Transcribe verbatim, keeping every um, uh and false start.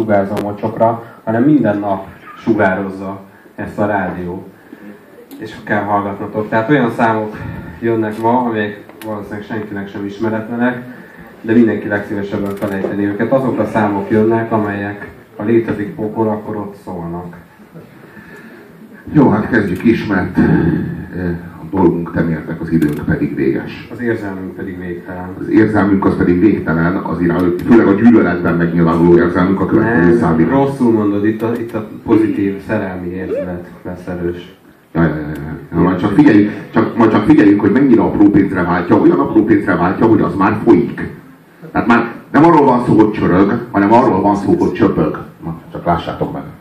sugárzó mocsokra, hanem minden nap sugározza ezt a rádió. És kell hallgatnotok. Tehát olyan számok jönnek ma, amelyek valószínűleg senkinek sem ismeretlenek, de mindenki legszívesebben felejteni őket. Azok a számok jönnek, amelyek ha létezik pokol, akkor ott szólnak. Jó, hát kezdjük is, mert a dolgunk temértek, az időnk pedig véges. Az érzelmünk pedig végtelen. Az érzelmünk az pedig végtelen, az irány, főleg a gyűlöletben megnyilvánuló érzelmünk a következő számít. Rosszul mondod, itt a, itt a pozitív szerelmi érzület lesz erős. Ja, ja, ja, ja. Majd csak figyeljünk, csak, majd csak figyeljünk, hogy mennyire apró pénzre váltja, olyan apró pénzre váltja, hogy az már folyik. Tehát már nem arról van szó, hogy csörög, hanem arról van szó, hogy csöpög. Na, csak lássátok meg.